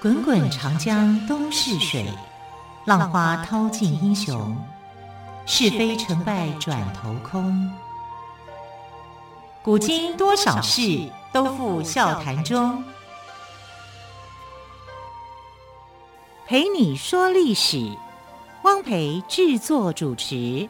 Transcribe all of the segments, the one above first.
滚滚长江东逝水，浪花淘尽英雄。是非成败转头空。古今多少事，都付笑谈中。陪你说历史，汪培制作主持。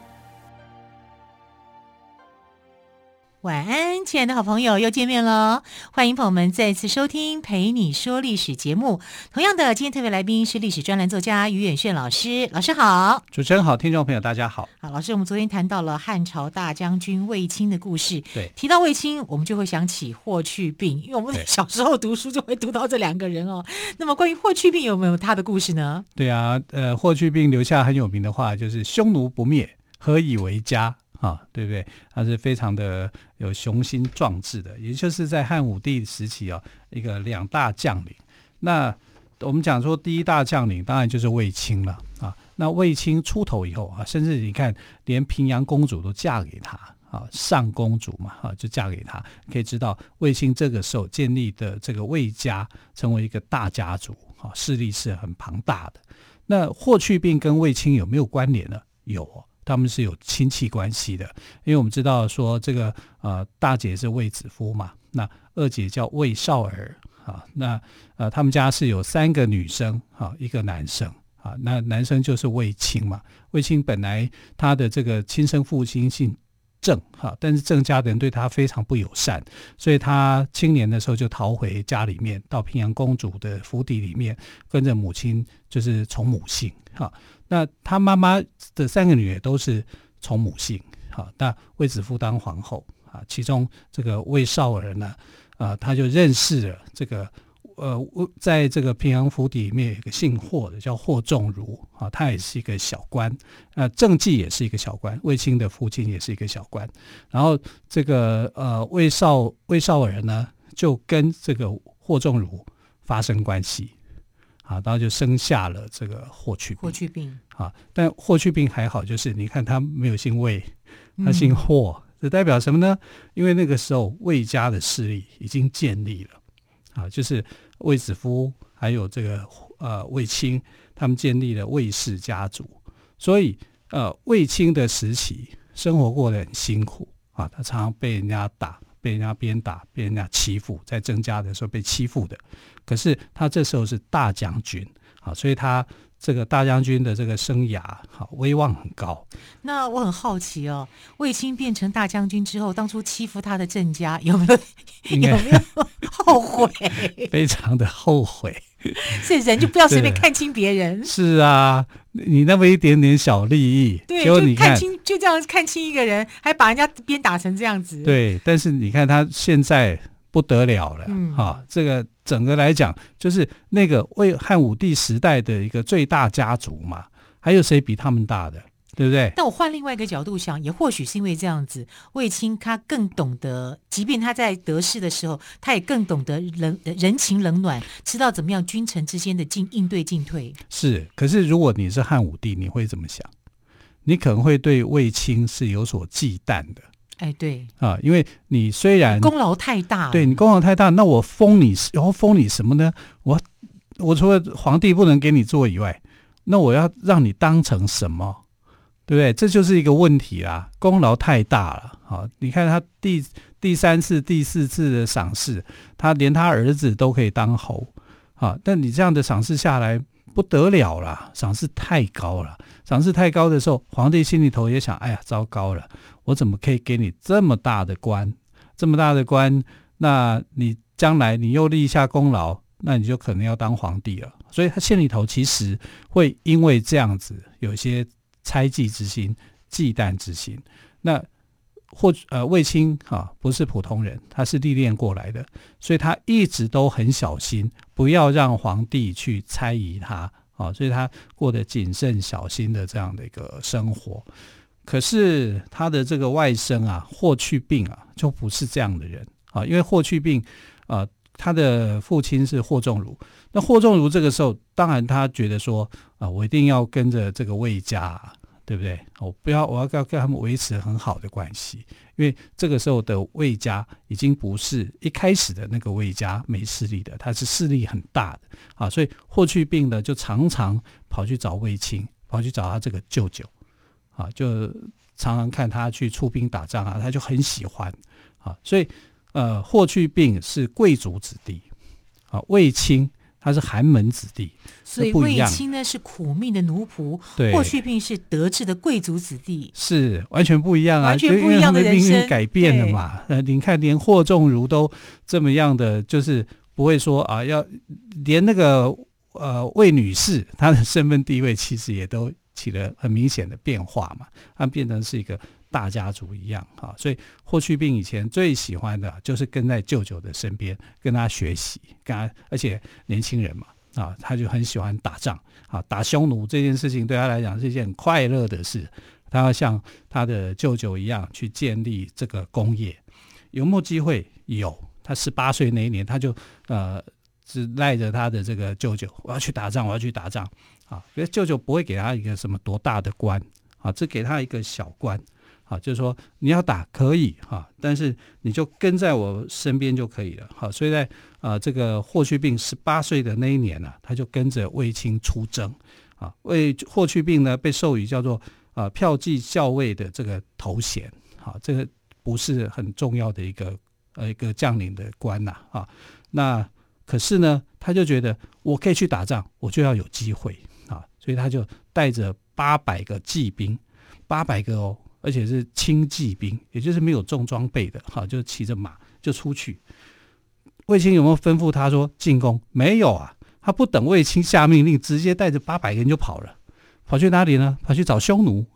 晚安，亲爱的好朋友，又见面了。欢迎朋友们再次收听陪你说历史节目。同样的，今天特别来宾是历史专栏作家于远炫老师。老师好。 主持人好，听众朋友大家好。 好，老师，我们昨天谈到了汉朝大将军卫青的故事。 对， 提到卫青，我们就会想起霍去病，因为我们小时候读书就会读到这两个人哦。那么关于霍去病有没有他的故事呢？ 对啊，霍去病留下很有名的话，就是匈奴不灭，何以为家？对不对？他是非常的有雄心壮志的，也就是在汉武帝时期一个两大将领。那我们讲说第一大将领当然就是卫青了啊。那卫青出头以后甚至你看连平阳公主都嫁给他上公主嘛就嫁给他，可以知道卫青这个时候建立的这个卫家成为一个大家族势力是很庞大的。那霍去病跟卫青有没有关联呢？有他们是有亲戚关系的，因为我们知道说这个大姐是卫子夫嘛，那二姐叫卫少儿那他们家是有3个女生一个男生那男生就是卫青嘛。卫青本来他的这个亲生父亲姓郑但是郑家的人对他非常不友善，所以他青年的时候就逃回家里面，到平阳公主的府邸里面，跟着母亲就是从母姓那他妈妈的3个女儿都是从母姓那卫子夫当皇后其中这个卫少儿呢他就认识了这个在这个平阳府邸里面有一个姓霍的叫霍仲儒他也是一个小官郑季也是一个小官，卫青的父亲也是一个小官。然后这个卫少儿呢就跟这个霍仲儒发生关系然后就生下了这个霍去病但霍去病还好，就是你看他没有姓卫，他姓霍这代表什么呢？因为那个时候卫家的势力已经建立了就是卫子夫还有这个卫青他们建立了卫氏家族，所以卫青的时期生活过得很辛苦他常常被人家打，被人家鞭打，被人家欺负，在郑家的时候被欺负的。可是他这时候是大将军所以他这个大将军的这个生涯威望很高。 那我很好奇卫青变成大将军之后，当初欺负他的郑家有没有后悔？ 非常的后悔。 所以人就不要随便看清别人。 是啊，你那么一点点小利益， 对， 结果你看就这样看清一个人，还把人家鞭打成这样子。 对，但是你看他现在不得了了这个整个来讲就是那个为汉武帝时代的一个最大家族嘛，还有谁比他们大的，对不对？ 但我换另外一个角度想，也或许是因为这样子，卫青他更懂得，即便他在得势的时候，他也更懂得人情冷暖，知道怎么样君臣之间的应对进退。是， 可是如果你是汉武帝，你会怎么想？你可能会对卫青是有所忌惮的。 对因为你虽然功劳太大了， 对你功劳太大，那我封你什么呢？我除了皇帝不能给你做以外，那我要让你当成什么？对不对？这就是一个问题啦，功劳太大了你看他第3次、第4次的赏识，他连他儿子都可以当侯但你这样的赏识下来不得了啦，赏识太高了。赏识太高的时候，皇帝心里头也想，哎呀，糟糕了，我怎么可以给你这么大的官？那你将来你又立下功劳，那你就可能要当皇帝了。所以他心里头其实会因为这样子有一些猜忌之心、忌惮之心。那卫青不是普通人，他是历练过来的，所以他一直都很小心，不要让皇帝去猜疑他所以他过得谨慎小心的这样的一个生活。可是他的这个外甥霍去病就不是这样的人因为霍去病他的父亲是霍仲儒，那霍仲儒这个时候当然他觉得说我一定要跟着这个卫家对不对？我要跟他们维持很好的关系， 因为这个时候的魏家已经不是一开始的那个魏家没势力的，他是势力很大的啊，所以霍去病呢就常常跑去找卫青，跑去找他这个舅舅啊，就常常看他去出兵打仗啊，他就很喜欢啊，所以霍去病是贵族子弟啊，卫青他是寒门子弟， 所以卫青呢是苦命的奴仆，霍去病是德智的贵族子弟， 是完全不一样啊， 完全不一样的人生， 因为命运改变了嘛。你看连霍仲儒都这么样的，就是不会说啊，要连那个魏女士她的身份地位其实也都起了很明显的变化嘛，她变成是一个大家族一样啊，所以霍去病以前最喜欢的就是跟在舅舅的身边，跟他学习，而且年轻人嘛啊，他就很喜欢打仗啊，打匈奴这件事情对他来讲是一件很快乐的事，他要像他的舅舅一样去建立这个工业。有没有机会？有，他18岁那一年，他就只赖着他的这个舅舅，我要去打仗，我要去打仗啊！因为舅舅不会给他一个什么多大的官啊，只给他一个小官。好，就是说你要打可以哈，但是你就跟在我身边就可以了。好，所以在这个霍去病18岁的那一年呢，他就跟着卫青出征啊。霍去病呢被授予叫做骠骑校尉的这个头衔。好，这个不是很重要的一个将领的官呐啊。那可是呢，他就觉得我可以去打仗，我就要有机会啊，所以他就带着800个骑兵，800个哦。而且是轻骑兵，也就是没有重装备的，就骑着马就出去。卫青有没有吩咐他说进攻？没有啊，他不等卫青下命令，直接带着800个人就跑了。跑去哪里呢？跑去找匈奴。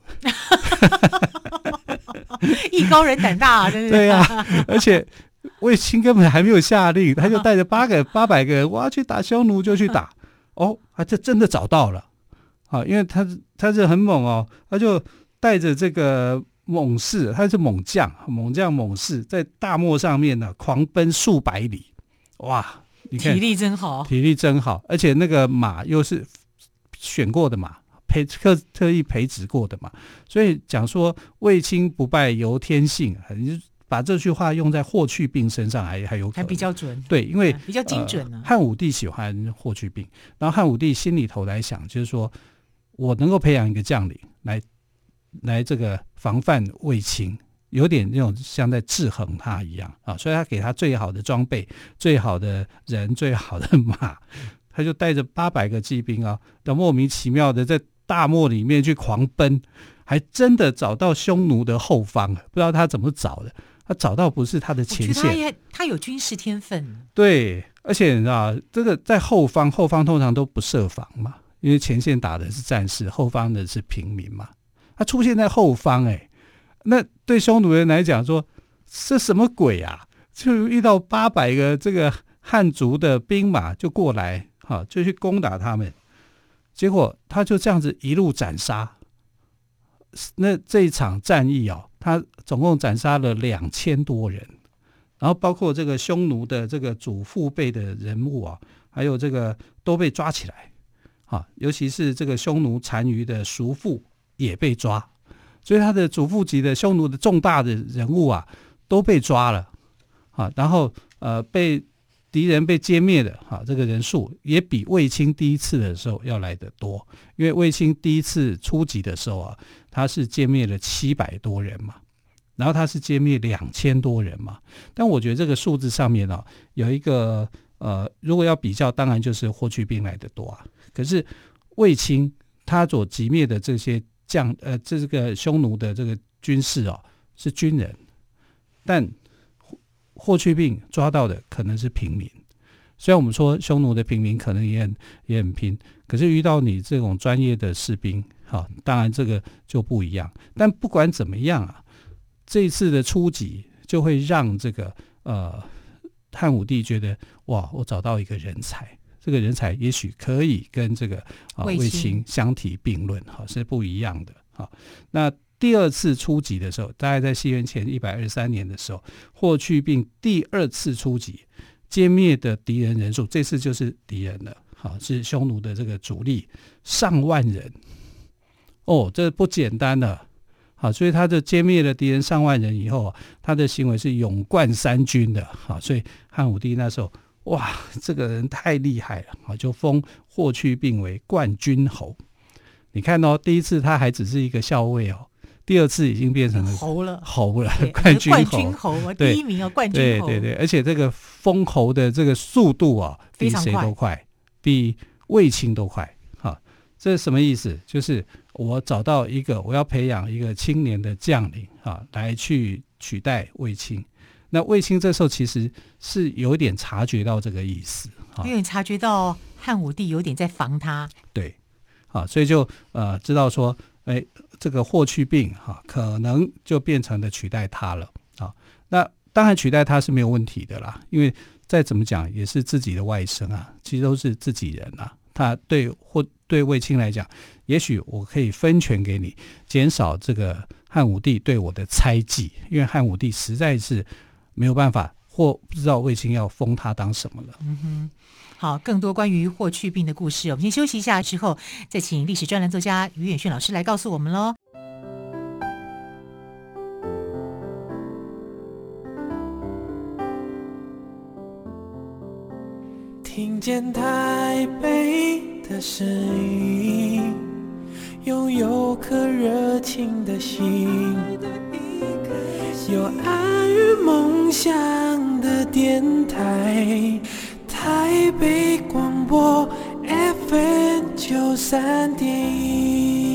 艺高人胆大啊，真是。 对啊，而且卫青根本还没有下令，他就带着800个人，我要去打匈奴就去打。哦，他就真的找到了啊，因为他是很猛哦，他就带着这个猛士，他是猛将猛士，在大漠上面呢狂奔数百里，哇！你看体力真好， 体力真好，而且那个马又是选过的马，特意培植过的马，所以讲说卫青不败由天性，把这句话用在霍去病身上还有可能， 还比较准。 对，因为比较精准啊。 汉武帝喜欢霍去病，然后汉武帝心里头来想，就是说我能够培养一个将领来这个防范卫青，有点那种像在制衡他一样啊，所以他给他最好的装备、最好的人、最好的马，他就带着800个骑兵啊，莫名其妙的在大漠里面去狂奔，还真的找到匈奴的后方，不知道他怎么找的，他找到不是他的前线， 我觉得他有军事天分。 对，而且你知道这个在后方通常都不设防嘛，因为前线打的是战士，后方的是平民嘛。他出现在后方，那对匈奴人来讲说，这什么鬼啊？就遇到800个这个汉族的兵马就过来，就去攻打他们。结果他就这样子一路斩杀。那这一场战役他总共斩杀了2000多人，然后包括这个匈奴的这个祖父辈的人物还有这个都被抓起来，尤其是这个匈奴单于的叔父也被抓，所以他的祖父级的匈奴的重大的人物都被抓了然后被敌人被歼灭的这个人数也比卫青第一次的时候要来得多，因为卫青第一次出击的时候他是歼灭了700多人嘛，然后他是歼灭2000多人嘛，但我觉得这个数字上面有一个如果要比较，当然就是霍去病来得多可是卫青他所击灭的这些这个匈奴的这个军士是军人，但霍去病抓到的可能是平民。虽然我们说匈奴的平民可能也很拼，可是遇到你这种专业的士兵当然这个就不一样。但不管怎么样这一次的出击就会让这个汉武帝觉得哇，我找到一个人才，这个人才也许可以跟这个卫青相提并论是不一样的那第二次出击的时候，大概在西元前123年的时候，霍去病第二次出击，歼灭的敌人人数，这次就是敌人了是匈奴的这个主力上万人这不简单了好，所以他就歼灭了敌人上万人以后，他的行为是勇冠三军的。好，所以汉武帝那时候，哇，这个人太厉害了，好，就封霍去病为冠军侯。你看哦，第一次他还只是一个校尉哦，第二次已经变成了侯了， 冠军侯， 冠军侯啊，第一名啊，冠军侯。 对，而且这个封侯的这个速度啊，比谁都快，比卫青都快。好，这是什么意思？就是我找到一个，我要培养一个青年的将领啊，来去取代卫青。那卫青这时候其实是有点察觉到这个意思， 有点察觉到汉武帝有点在防他。 对，好，所以就知道说，这个霍去病可能就变成了取代他了啊。那当然取代他是没有问题的啦，因为再怎么讲也是自己的外甥啊，其实都是自己人啊。他对卫青来讲，也许我可以分权给你，减少这个汉武帝对我的猜忌，因为汉武帝实在是没有办法或不知道卫青要封他当什么了。 好，更多关于霍去病的故事，我们先休息一下，之后再请历史专栏作家于远炫老师来告诉我们咯。 听见台北的声音，拥有颗热情的心，有爱与梦想的电台，台北广播 FM93.1。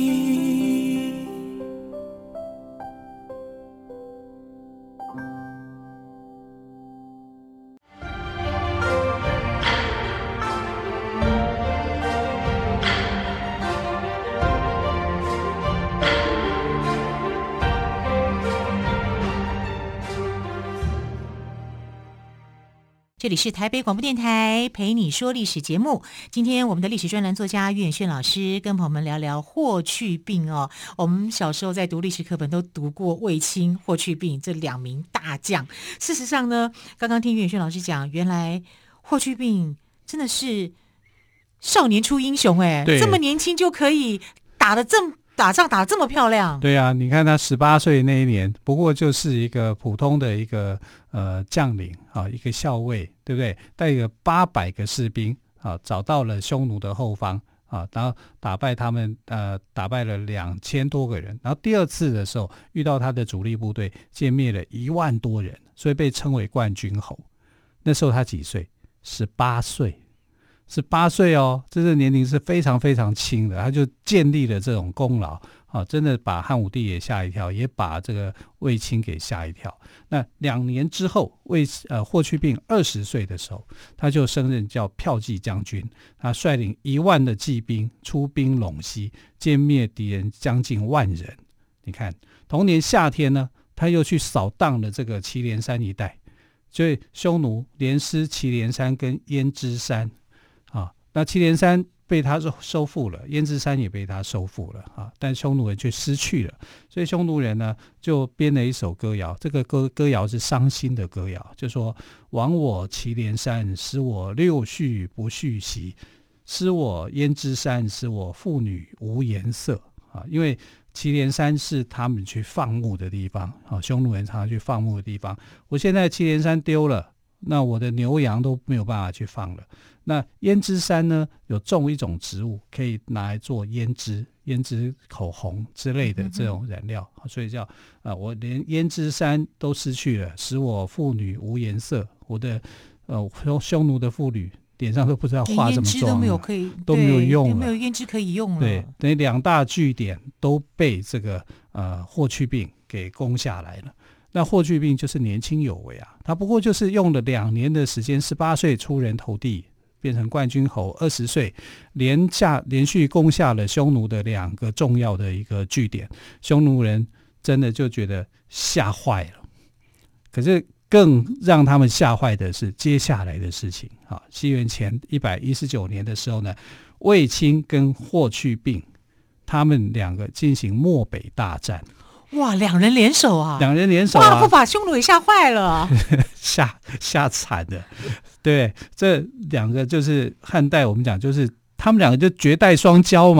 这里是台北广播电台陪你说历史节目，今天我们的历史专栏作家于远炫老师跟朋友们聊聊霍去病哦。我们小时候在读历史课本都读过卫青、霍去病这两名大将。事实上呢，刚刚听于远炫老师讲，原来霍去病真的是少年出英雄这么年轻就可以打仗打得这么漂亮。 对啊，你看他18岁那一年，不过就是一个普通的一个将领啊，一个校尉，对不对？带着800个士兵啊，找到了匈奴的后方啊，然后打败他们，打败了2000多个人。然后第二次的时候，遇到他的主力部队，歼灭了1万多人，所以被称为冠军侯。那时候他几岁？18岁。18岁哦，这个年龄是非常非常轻的，他就建立了这种功劳啊，真的把汉武帝也吓一跳，也把这个卫青给吓一跳。那2年之后，霍去病20岁的时候，他就升任叫骠骑将军，他率领1万的骑兵出兵陇西，歼灭敌人将近10000人。你看，同年夏天呢，他又去扫荡了这个祁连山一带，所以匈奴连失祁连山跟胭脂山。那祁连山被他收复了，胭脂山也被他收复了啊，但匈奴人却失去了，所以匈奴人呢就编了一首歌谣，这个歌谣是伤心的歌谣，就说亡我祁连山，使我六畜不续席，失我胭脂山，使我妇女无颜色啊，因为祁连山是他们去放牧的地方啊，匈奴人常常去放牧的地方，我现在祁连山丢了，那我的牛羊都没有办法去放了。那胭脂山呢，有种一种植物可以拿来做胭脂口红之类的这种染料，所以叫我连胭脂山都失去了，使我妇女无颜色。我的匈奴的妇女脸上都不知道化什么妆，都没有用了， 没有胭脂可以用了。 对，等于2大据点都被这个霍去病给攻下来了。那霍去病就是年轻有为啊，他不过就是用了2年的时间，18岁出人头地，变成冠军侯，20岁连续攻下了匈奴的2个重要的一个据点，匈奴人真的就觉得吓坏了。可是更让他们吓坏的是接下来的事情啊！西元前119年的时候呢，卫青跟霍去病他们2个进行漠北大战。 哇，2人联手啊 ！2人联手啊！ 哇，不把匈奴也吓坏了， 吓惨了。对，这2个就是汉代我们讲就是他们2个就绝代双骄嘛，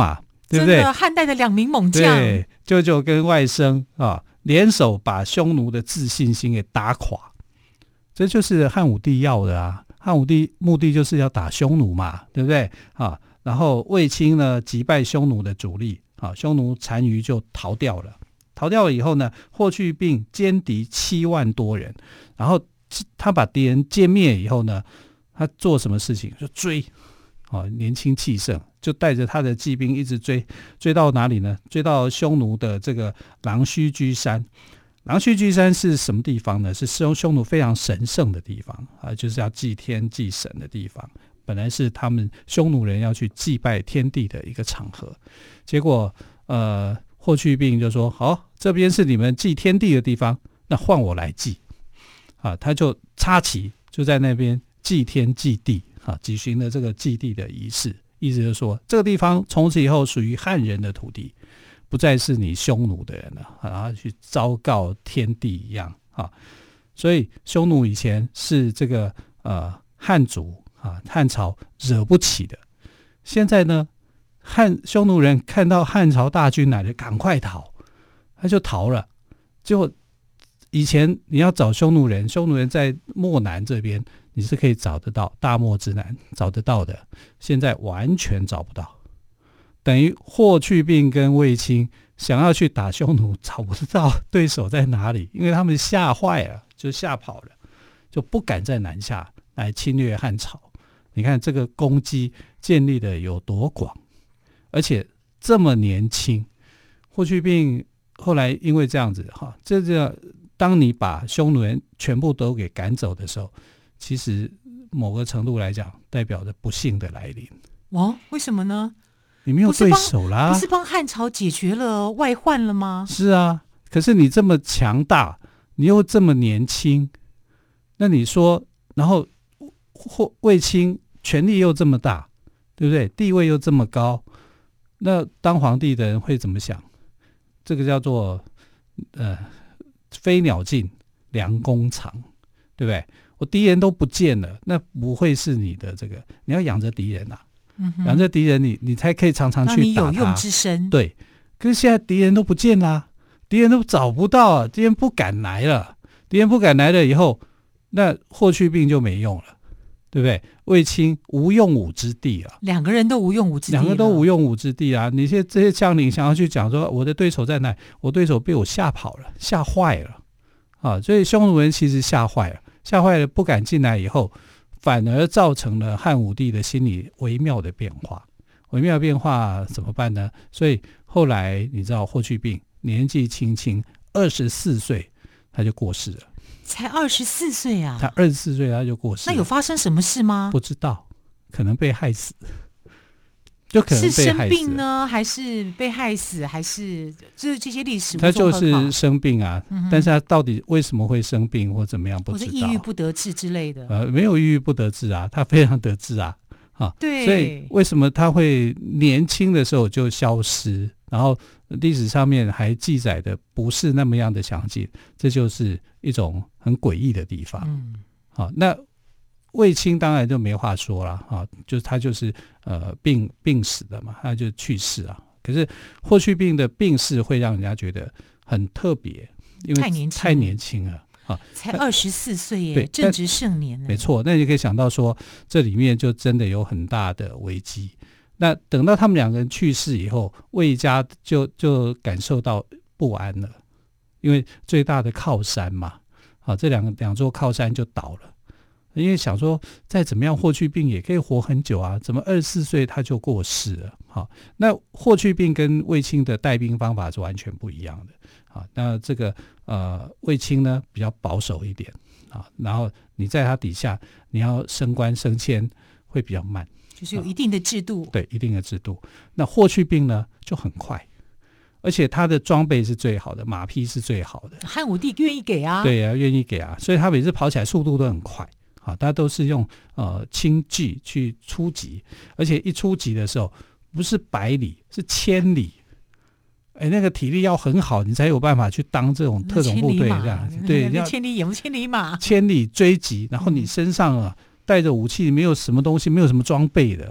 对不对？ 真的汉代的两名猛将， 对，舅舅跟外甥联手把匈奴的自信心给打垮，这就是汉武帝要的啊。汉武帝目的就是要打匈奴嘛，对不对啊？然后卫青呢击败匈奴的主力啊，匈奴单于就逃掉了。逃掉了以后呢，霍去病歼敌7万多人，然后他把敌人歼灭以后呢，他做什么事情？就追年轻气盛，就带着他的骑兵一直追到哪里呢？追到匈奴的这个狼须居山。狼须居山是什么地方呢？是匈奴非常神圣的地方啊，就是要祭天祭神的地方。本来是他们匈奴人要去祭拜天地的一个场合，结果霍去病就说：好，这边是你们祭天地的地方，那换我来祭啊！他就插旗，就在那边祭天祭地啊，举行了这个祭地的仪式。意思就是说，这个地方从此以后属于汉人的土地，不再是你匈奴的人了，然后去昭告天地一样啊。所以匈奴以前是这个汉族汉朝惹不起的，现在呢，匈奴人看到汉朝大军来了，赶快逃，他就逃了。结果以前你要找匈奴人在漠南这边你是可以找得到，大漠之南找得到的，现在完全找不到。等于霍去病跟卫青想要去打匈奴，找不到对手在哪里，因为他们吓坏了，就吓跑了，就不敢再南下来侵略汉朝。你看这个功绩建立的有多广，而且这么年轻。霍去病后来因为这样子当你把匈奴人全部都给赶走的时候，其实某个程度来讲代表着不幸的来临。 为什么呢？ 你没有对手啦， 不是帮汉朝解决了外患了吗？ 是啊，可是你这么强大，你又这么年轻，那你说，然后卫青权力又这么大，对不对？地位又这么高，那当皇帝的人会怎么想？这个叫做飞鸟尽，良弓藏，对不对？我敌人都不见了，那不会是你的这个，你要养着敌人啊。养着敌人你才可以常常去打他， 你有用之身。 对，可是现在敌人都不见啦，敌人都找不到啊，敌人不敢来了。敌人不敢来了以后，那霍去病就没用了，对不对？卫青无用武之地啊， 两个人都无用武之地， 啊！你这些将领想要去讲说我的对手在哪，我对手被我吓跑了，吓坏了啊！所以匈奴人其实吓坏了，不敢进来以后，反而造成了汉武帝的心理微妙的变化。怎么办呢？所以后来你知道霍去病年纪轻轻24岁他就过世了。 才24岁啊！ 他24岁他就过世了。 那有发生什么事吗？ 不知道，可能被害死，就可能被害死。是生病呢，还是被害死，还是就是这些历史？ 他就是生病啊，但是他到底为什么会生病或怎么样不知道？ 或者抑郁不得志之类的？ 没有抑郁不得志啊，他非常得志啊。 对， 所以为什么他会年轻的时候就消失，然后历史上面还记载的不是那么样的详尽，这就是一种很诡异的地方。那卫青当然就没话说了就是他就是病死的嘛，他就去世啊。可是霍去病的病逝会让人家觉得很特别，因为太年轻了。 才24岁耶，正值盛年。 没错，那你可以想到说，这里面就真的有很大的危机。那等到他们两个人去世以后，卫家就感受到不安了，因为最大的靠山嘛，这两座靠山就倒了。因为想说，再怎么样，霍去病也可以活很久啊，怎么24岁他就过世了？那霍去病跟卫青的带兵方法是完全不一样的。那这个卫青呢比较保守一点然后你在他底下，你要升官升迁会比较慢， 就是有一定的制度。 对，一定的制度。那霍去病呢就很快，而且他的装备是最好的，马匹是最好的。 汉武帝愿意给啊， 对啊，愿意给啊，所以他每次跑起来速度都很快。他都是用轻骑去出击，而且一出击的时候不是100里，是1000里。那个体力要很好，你才有办法去当这种特种部队这样。对， 要千里眼不千里马， 千里追击，然后你身上带着武器，没有什么东西，没有什么装备的，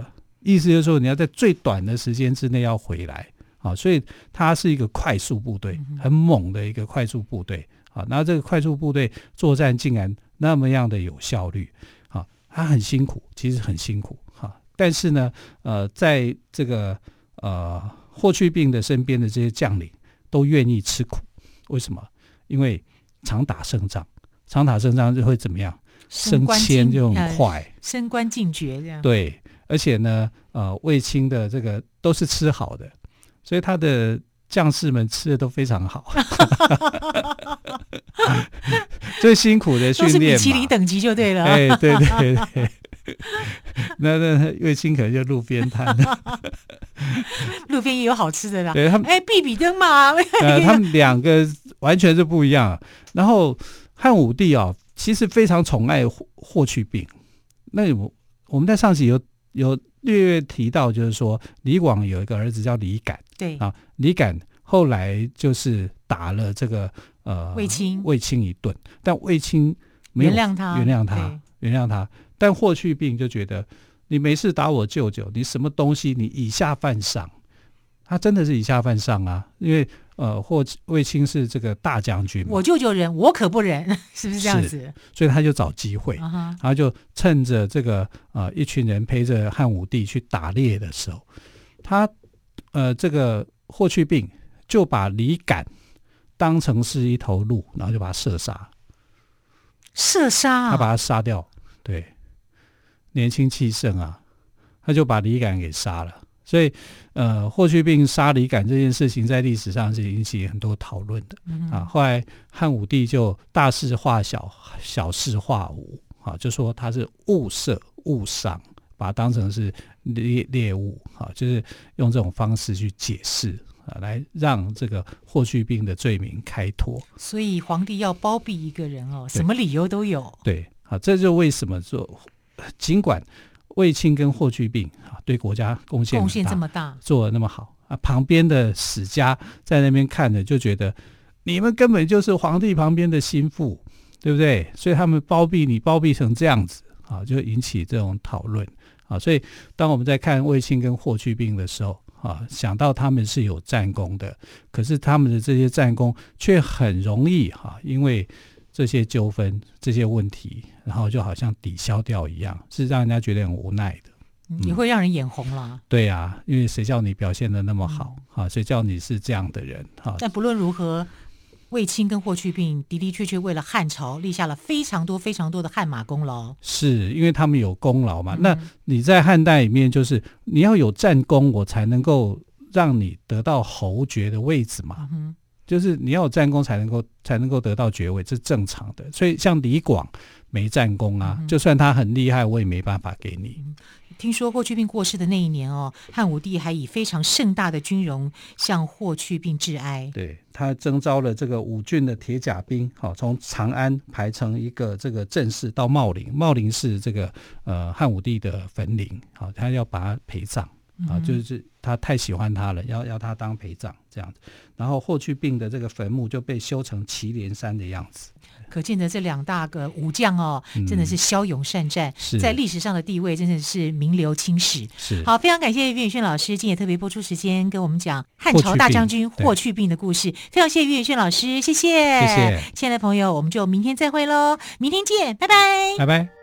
意思就是说你要在最短的时间之内要回来啊，所以它是一个快速部队，很猛的一个快速部队啊。然后这个快速部队作战竟然那么样的有效率啊，他很辛苦，其实很辛苦啊。但是呢，在这个霍去病的身边的这些将领都愿意吃苦，为什么？因为常打胜仗，常打胜仗就会怎么样？升迁就很快， 升官进爵这样。 对，而且呢，卫青的这个都是吃好的，所以他的将士们吃的都非常好，最辛苦的训练嘛，都是米其林等级就对了。 哎，对对对，那卫青可能就路边摊， 路边也有好吃的啦。 对他们， 必比登嘛。 他们两个完全是不一样。然后汉武帝啊，其实非常宠爱霍去病。那我们在上集有略略提到，就是说李广有一个儿子叫李敢， 对啊，李敢后来就是打了这个卫青一顿，但卫青没有原谅他，但霍去病就觉得你没事打我舅舅，你什么东西，你以下犯上。他真的是以下犯上啊，因为卫青是这个大将军嘛， 我舅舅忍，我可不忍，是不是这样子？ 所以他就找机会，然后就趁着这个一群人陪着汉武帝去打猎的时候，他这个霍去病就把李敢当成是一头鹿，然后就把他射杀，他把他杀掉。对，年轻气盛啊，他就把李敢给杀了。所以霍去病杀李敢这件事情在历史上是引起很多讨论的啊。后来汉武帝就大事化小，小事化无啊，就说他是误射误伤，把它当成是猎物啊，就是用这种方式去解释啊，来让这个霍去病的罪名开脱。 所以皇帝要包庇一个人哦，什么理由都有。 对啊，这就为什么说尽管卫青跟霍去病对国家贡献这么大，做得那么好啊，旁边的史家在那边看着就觉得你们根本就是皇帝旁边的心腹，对不对？所以他们包庇你，包庇成这样子啊，就引起这种讨论啊。所以当我们在看卫青跟霍去病的时候啊，想到他们是有战功的，可是他们的这些战功却很容易因为这些纠纷、这些问题，然后就好像抵消掉一样，是让人家觉得很无奈的。 也会让人眼红啦。 对啊，因为谁叫你表现得那么好谁叫你是这样的人但不论如何，卫青跟霍去病的的确确为了汉朝立下了非常多非常多的汗马功劳。 是因为他们有功劳嘛？那你在汉代里面，就是你要有战功，我才能够让你得到侯爵的位置嘛。就是你要有战功才能够得到爵位，这是正常的。所以像李广没战功啊，就算他很厉害，我也没办法给你。 听说霍去病过世的那一年汉武帝还以非常盛大的军容向霍去病致哀。 对，他征召了这个5郡的铁甲兵，从长安排成一个这个阵势到茂陵，茂陵是这个汉武帝的坟陵，他要把他陪葬就是他太喜欢他了，要他当陪葬这样子。然后霍去病的这个坟墓就被修成祁连山的样子。 可见的这2大个武将真的是骁勇善战，在历史上的地位真的是名留青史。好，非常感谢岳宇轩老师今天也特别播出时间跟我们讲汉朝大将军霍去病的故事，非常谢谢岳宇轩老师，谢谢。亲爱的朋友，我们就明天再会咯，明天见，拜拜， 拜拜。